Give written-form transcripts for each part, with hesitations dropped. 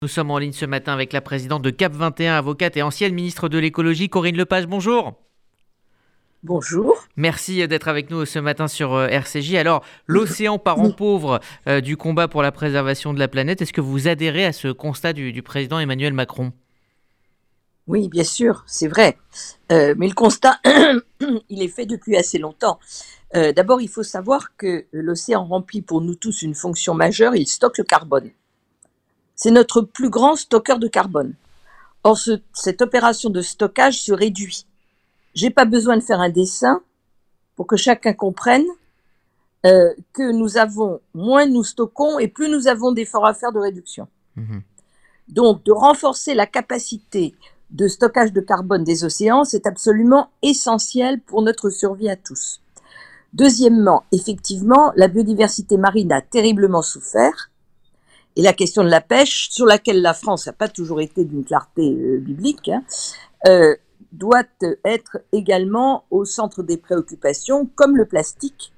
Nous sommes en ligne ce matin avec la présidente de Cap 21, avocate et ancienne ministre de l'écologie, Corinne Lepage. Bonjour. Bonjour. Merci d'être avec nous ce matin sur RCJ. Alors, l'océan parent pauvre du combat pour la préservation de la planète, est-ce que vous adhérez à ce constat du président Emmanuel Macron ? Oui, bien sûr, c'est vrai. Mais le constat, il est fait depuis assez longtemps. D'abord, il faut savoir que l'océan remplit pour nous tous une fonction majeure, il stocke le carbone. C'est notre plus grand stockeur de carbone. Or, cette opération de stockage se réduit. J'ai pas besoin de faire un dessin pour que chacun comprenne que moins nous stockons et plus nous avons d'efforts à faire de réduction. Donc, de renforcer la capacité de stockage de carbone des océans, c'est absolument essentiel pour notre survie à tous. Deuxièmement, effectivement, la biodiversité marine a terriblement souffert. Et la question de la pêche, sur laquelle la France n'a pas toujours été d'une clarté biblique, doit être également au centre des préoccupations, comme le plastique,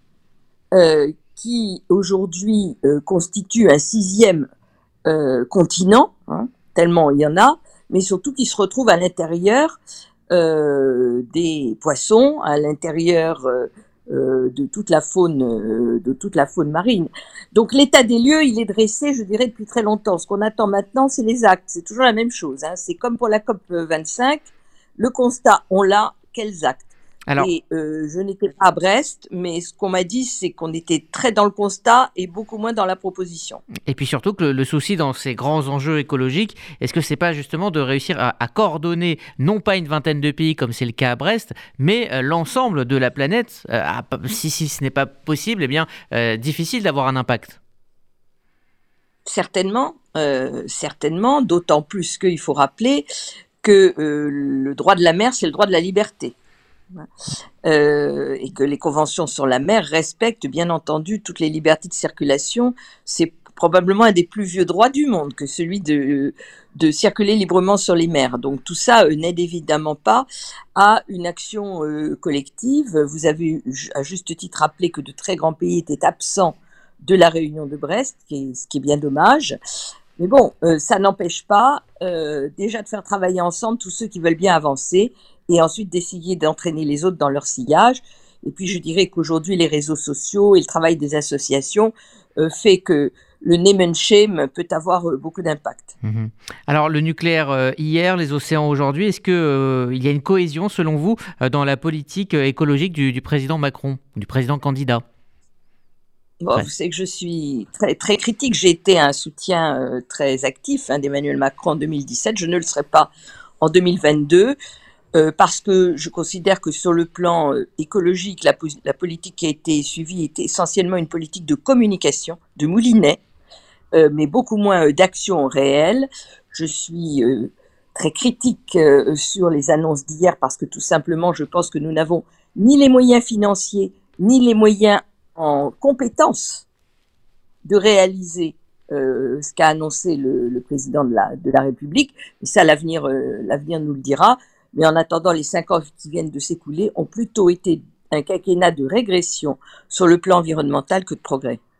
qui aujourd'hui constitue un 6e continent, tellement il y en a, mais surtout qui se retrouve à l'intérieur des poissons, à l'intérieur de toute la faune marine. Donc l'état des lieux, il est dressé, je dirais, depuis très longtemps. Ce qu'on attend maintenant, c'est les actes. C'est toujours la même chose. C'est comme pour la COP 25. Le constat, on l'a, quels actes? Alors, Et je n'étais pas à Brest, mais ce qu'on m'a dit, c'est qu'on était très dans le constat et beaucoup moins dans la proposition. et puis surtout que le souci dans ces grands enjeux écologiques, est-ce que c'est pas justement de réussir à coordonner non pas une vingtaine de pays comme c'est le cas à Brest, mais l'ensemble de la planète, si ce n'est pas possible, eh bien difficile d'avoir un impact. Certainement, d'autant plus qu'il faut rappeler que le droit de la mer, c'est le droit de la liberté. Et que les conventions sur la mer respectent bien entendu toutes les libertés de circulation. C'est probablement un des plus vieux droits du monde que celui de circuler librement sur les mers. Donc tout ça n'aide évidemment pas à une action collective. Vous avez à juste titre rappelé que de très grands pays étaient absents de la réunion de Brest, ce qui est bien dommage. Mais bon, ça n'empêche pas déjà de faire travailler ensemble tous ceux qui veulent bien avancer et ensuite d'essayer d'entraîner les autres dans leur sillage. Et puis je dirais qu'aujourd'hui, les réseaux sociaux et le travail des associations fait que le name and shame peut avoir beaucoup d'impact. Alors le nucléaire hier, les océans aujourd'hui, est-ce qu'il y a une cohésion selon vous dans la politique écologique du président Macron, du président candidat ? Bon, vous savez que je suis très, très critique. J'ai été un soutien très actif d'Emmanuel Macron en 2017. Je ne le serai pas en 2022 parce que je considère que sur le plan écologique, la politique qui a été suivie était essentiellement une politique de communication, de moulinet, mais beaucoup moins d'action réelle. Je suis très critique sur les annonces d'hier parce que tout simplement, je pense que nous n'avons ni les moyens financiers, ni les moyens en compétence de réaliser ce qu'a annoncé le président de la République. Et ça, l'avenir nous le dira. Mais en attendant, les 5 ans qui viennent de s'écouler ont plutôt été un quinquennat de régression sur le plan environnemental que de progrès.